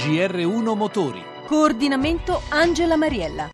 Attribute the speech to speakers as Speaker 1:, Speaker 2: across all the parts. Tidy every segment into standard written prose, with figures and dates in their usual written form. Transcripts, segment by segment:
Speaker 1: GR1 Motori.
Speaker 2: Coordinamento Angela Mariella.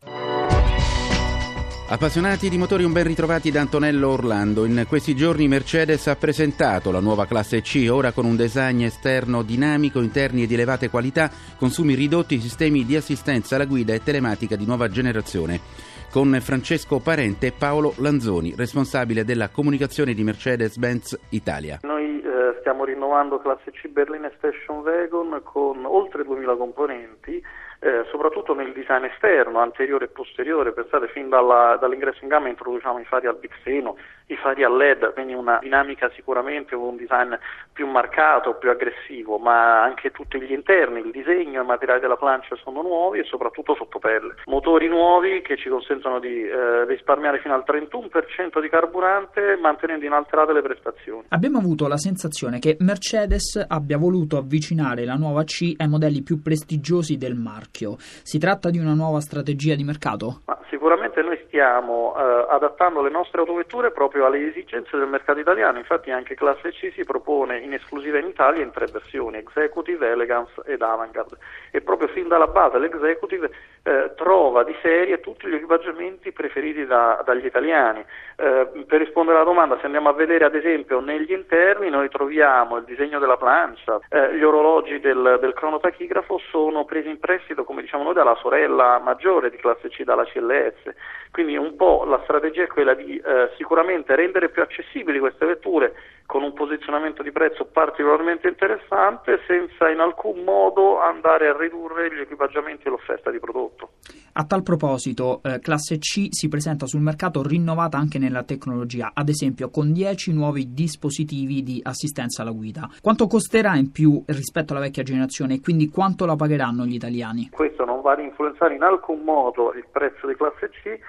Speaker 3: Appassionati di motori, un ben ritrovati da Antonello Orlando. In questi giorni Mercedes ha presentato la nuova classe C, ora con un design esterno dinamico, interni di elevate qualità, consumi ridotti, sistemi di assistenza alla guida e telematica di nuova generazione. Con Francesco Parente e Paolo Lanzoni, responsabile della comunicazione di Mercedes-Benz Italia.
Speaker 4: Noi stiamo rinnovando classe C berline Station Wagon con oltre 2000 componenti, soprattutto nel design esterno, anteriore e posteriore. Pensate, fin dall'ingresso in gamma introduciamo i fari al bixeno, i fari a LED, quindi una dinamica sicuramente con un design più marcato, più aggressivo, ma anche tutti gli interni, il disegno e i materiali della plancia sono nuovi e soprattutto sottopelle. Motori nuovi che ci consentono di risparmiare fino al 31% di carburante mantenendo inalterate le prestazioni.
Speaker 5: Abbiamo avuto la sensazione che Mercedes abbia voluto avvicinare la nuova C ai modelli più prestigiosi del marchio. Si tratta di una nuova strategia di mercato?
Speaker 4: Ma sicuramente noi stiamo adattando le nostre autovetture proprio alle esigenze del mercato italiano. Infatti anche classe C si propone in esclusiva in Italia in 3 versioni: Executive, Elegance ed Avantgarde, e proprio fin dalla base l'Executive trova di serie tutti gli equipaggiamenti preferiti dagli italiani. Per rispondere alla domanda, se andiamo a vedere ad esempio negli interni, noi troviamo il disegno della plancia, gli orologi del cronotachigrafo sono presi in prestito, come diciamo noi, dalla sorella maggiore di classe C, dalla CLS. Quindi un po' la strategia è quella di sicuramente rendere più accessibili queste vetture con un posizionamento di prezzo particolarmente interessante, senza in alcun modo andare a ridurre gli equipaggiamenti e l'offerta di prodotto.
Speaker 5: A tal proposito, classe C si presenta sul mercato rinnovata anche nella tecnologia, ad esempio con 10 nuovi dispositivi di assistenza alla guida. Quanto costerà in più rispetto alla vecchia generazione e quindi quanto la pagheranno gli italiani?
Speaker 4: Questo non va ad influenzare in alcun modo il prezzo di classe C,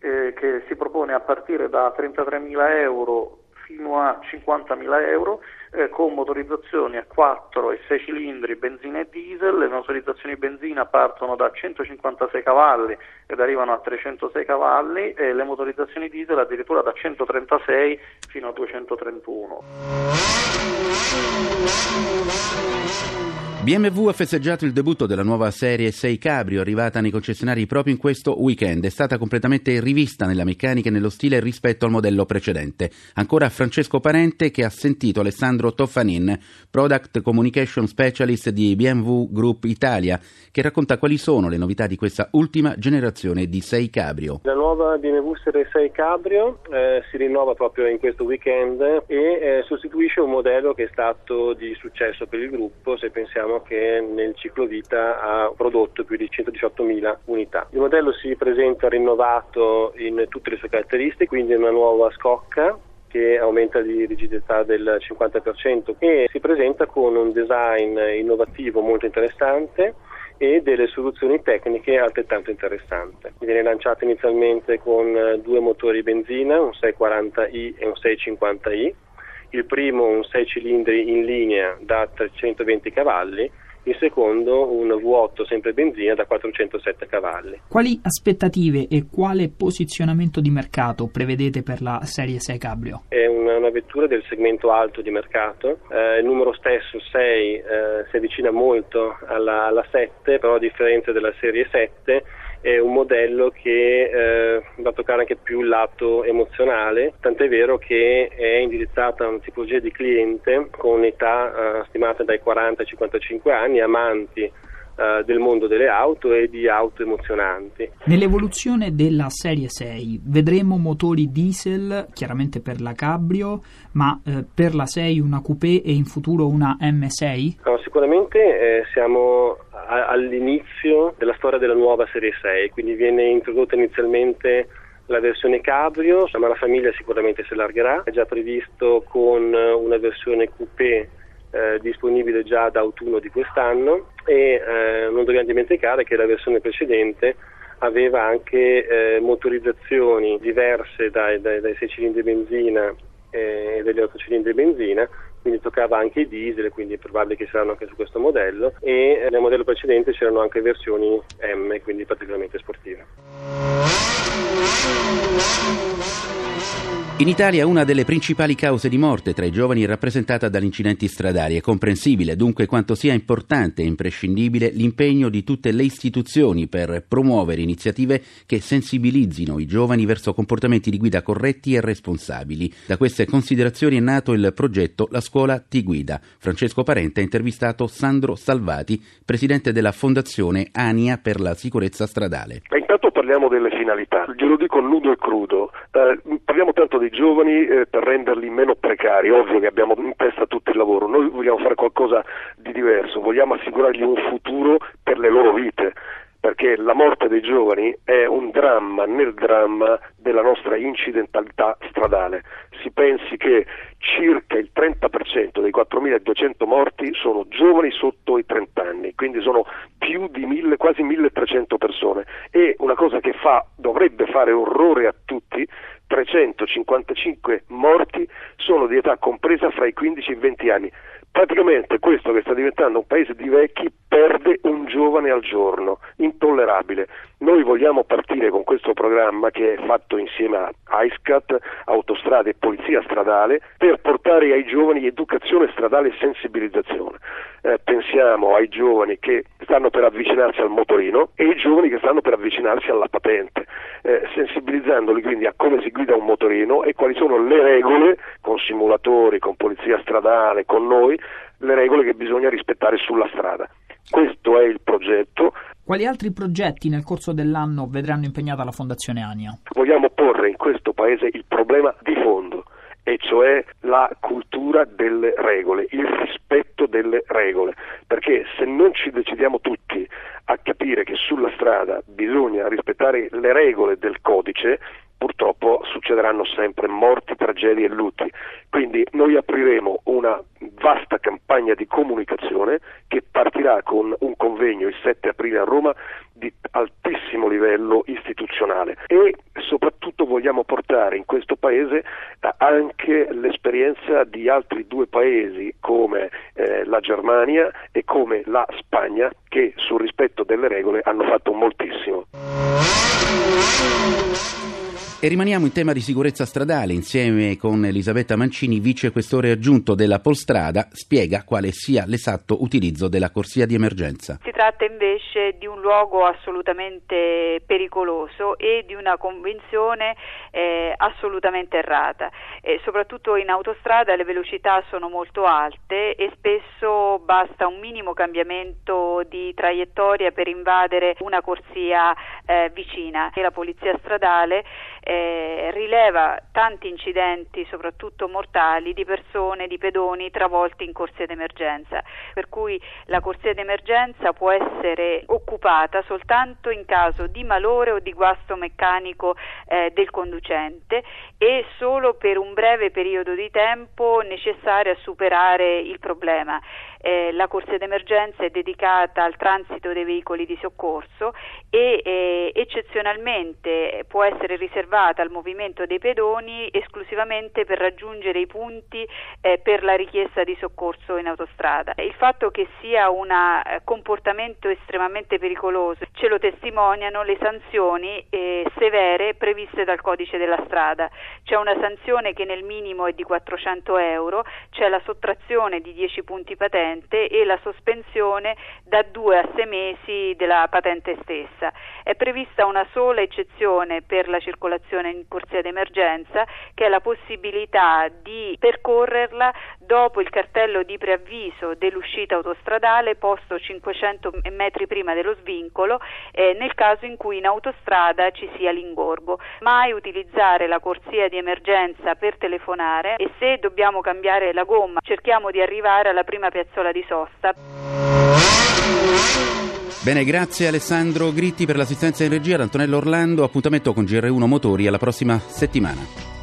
Speaker 4: che si propone a partire da 33.000 euro fino a 50.000 euro, con motorizzazioni a 4 e 6 cilindri, benzina e diesel. Le motorizzazioni benzina partono da 156 cavalli ed arrivano a 306 cavalli e le motorizzazioni diesel addirittura da 136 fino a 231.
Speaker 3: BMW ha festeggiato il debutto della nuova serie 6 Cabrio, arrivata nei concessionari proprio in questo weekend. È stata completamente rivista nella meccanica e nello stile rispetto al modello precedente. Ancora Francesco Parente, che ha sentito Alessandro Toffanin, Product Communication Specialist di BMW Group Italia, che racconta quali sono le novità di questa ultima generazione di 6 Cabrio.
Speaker 6: La nuova BMW Serie 6 Cabrio si rinnova proprio in questo weekend e sostituisce un modello che è stato di successo per il gruppo, se pensiamo che nel ciclo vita ha prodotto più di 118.000 unità. Il modello si presenta rinnovato in tutte le sue caratteristiche, quindi una nuova scocca che aumenta di rigidità del 50% e si presenta con un design innovativo molto interessante e delle soluzioni tecniche altrettanto interessanti. Viene lanciata inizialmente con 2 motori benzina, un 640i e un 650i. Il primo un 6 cilindri in linea da 320 cavalli, il secondo un V8 sempre benzina da 407 cavalli.
Speaker 5: Quali aspettative e quale posizionamento di mercato prevedete per la Serie 6 Cabrio?
Speaker 6: È una vettura del segmento alto di mercato, il numero stesso 6 si avvicina molto alla 7, però a differenza della Serie 7 è un modello che va a toccare anche più il lato emozionale, tant'è vero che è indirizzata a una tipologia di cliente con età stimata dai 40 ai 55 anni, amanti del mondo delle auto e di auto emozionanti.
Speaker 5: Nell'evoluzione della Serie 6 vedremo motori diesel chiaramente per la Cabrio, ma per la 6 una coupé e in futuro una M6?
Speaker 6: No, sicuramente siamo all'inizio della storia della nuova Serie 6, quindi viene introdotta inizialmente la versione Cabrio, ma la famiglia sicuramente si allargherà. È già previsto con una versione coupé disponibile già da autunno di quest'anno e non dobbiamo dimenticare che la versione precedente aveva anche motorizzazioni diverse dai 6 cilindri benzina e degli 8 cilindri benzina, quindi toccava anche i diesel, quindi è probabile che saranno anche su questo modello, e nel modello precedente c'erano anche versioni M, quindi particolarmente sportive.
Speaker 3: In Italia una delle principali cause di morte tra i giovani è rappresentata dagli incidenti stradali. È comprensibile dunque quanto sia importante e imprescindibile l'impegno di tutte le istituzioni per promuovere iniziative che sensibilizzino i giovani verso comportamenti di guida corretti e responsabili. Da queste considerazioni è nato il progetto La Scuola Ti Guida. Francesco Parente ha intervistato Sandro Salvati, presidente della Fondazione ANIA per la sicurezza stradale.
Speaker 1: Intanto parliamo delle finalità, glielo dico nudo e crudo. Parliamo tanto dei giovani per renderli meno precari, ovvio che abbiamo in testa tutto il lavoro, noi vogliamo fare qualcosa di diverso, vogliamo assicurargli un futuro per le loro vite, perché la morte dei giovani è un dramma nel dramma della nostra incidentalità stradale. Si pensi che circa il 30% dei 4.200 morti sono giovani sotto i 30 anni, quindi sono più di quasi 1.300 persone, e una cosa che dovrebbe fare orrore a tutti, 355 morti sono di età compresa fra i 15 e i 20 anni. Praticamente questo, che sta diventando un paese di vecchi, perde un giovane al giorno, intollerabile. Noi vogliamo partire con questo programma che è fatto insieme a ISCAT, Autostrade e Polizia Stradale, per portare ai giovani educazione stradale e sensibilizzazione. Pensiamo ai giovani che stanno per avvicinarsi al motorino e ai giovani che stanno per avvicinarsi alla patente, sensibilizzandoli quindi a come si guida un motorino e quali sono le regole, con simulatori, con polizia stradale, con noi, le regole che bisogna rispettare sulla strada. Questo è il progetto.
Speaker 5: Quali altri progetti nel corso dell'anno vedranno impegnata la Fondazione ANIA?
Speaker 1: Vogliamo porre in questo paese il problema di fondo, e cioè la cultura delle regole, il rispetto delle regole, perché se non ci decidiamo tutti a capire che sulla strada bisogna rispettare le regole del codice, purtroppo succederanno sempre morti, tragedie e lutti. Quindi noi apriremo una vasta campagna di comunicazione che partirà con un convegno il 7 aprile a Roma di altissimo livello istituzionale, e soprattutto vogliamo portare in questo paese anche l'esperienza di altri 2 paesi come la Germania e come la Spagna, che sul rispetto delle regole hanno fatto moltissimo.
Speaker 3: E rimaniamo in tema di sicurezza stradale. Insieme con Elisabetta Mancini, vice questore aggiunto della Polstrada, spiega quale sia l'esatto utilizzo della corsia di emergenza.
Speaker 7: Si tratta invece di un luogo assolutamente pericoloso e di una convenzione assolutamente errata. Soprattutto in autostrada le velocità sono molto alte e spesso basta un minimo cambiamento di traiettoria per invadere una corsia vicina. E la polizia stradale rileva tanti incidenti, soprattutto mortali, di persone, di pedoni travolti in corsia d'emergenza, per cui la corsia d'emergenza può essere occupata soltanto in caso di malore o di guasto meccanico del conducente, e solo per un breve periodo di tempo necessario a superare il problema. La corsia d'emergenza è dedicata al transito dei veicoli di soccorso e eccezionalmente può essere riservata al movimento dei pedoni esclusivamente per raggiungere i punti per la richiesta di soccorso in autostrada. Il fatto che sia un comportamento estremamente pericoloso ce lo testimoniano le sanzioni severe previste dal codice della strada. C'è una sanzione che nel minimo è di 400 euro, c'è la sottrazione di 10 punti patente e la sospensione da 2 a 6 mesi della patente stessa. È prevista una sola eccezione per la circolazione in corsia d'emergenza, che è la possibilità di percorrerla dopo il cartello di preavviso dell'uscita autostradale posto 500 metri prima dello svincolo, nel caso in cui in autostrada ci sia l'ingorgo. Mai utilizzare la corsia di emergenza per telefonare, e se dobbiamo cambiare la gomma cerchiamo di arrivare alla prima piazzola di sosta.
Speaker 3: Bene, grazie Alessandro Gritti per l'assistenza in regia, ad Antonello Orlando. Appuntamento con GR1 Motori alla prossima settimana.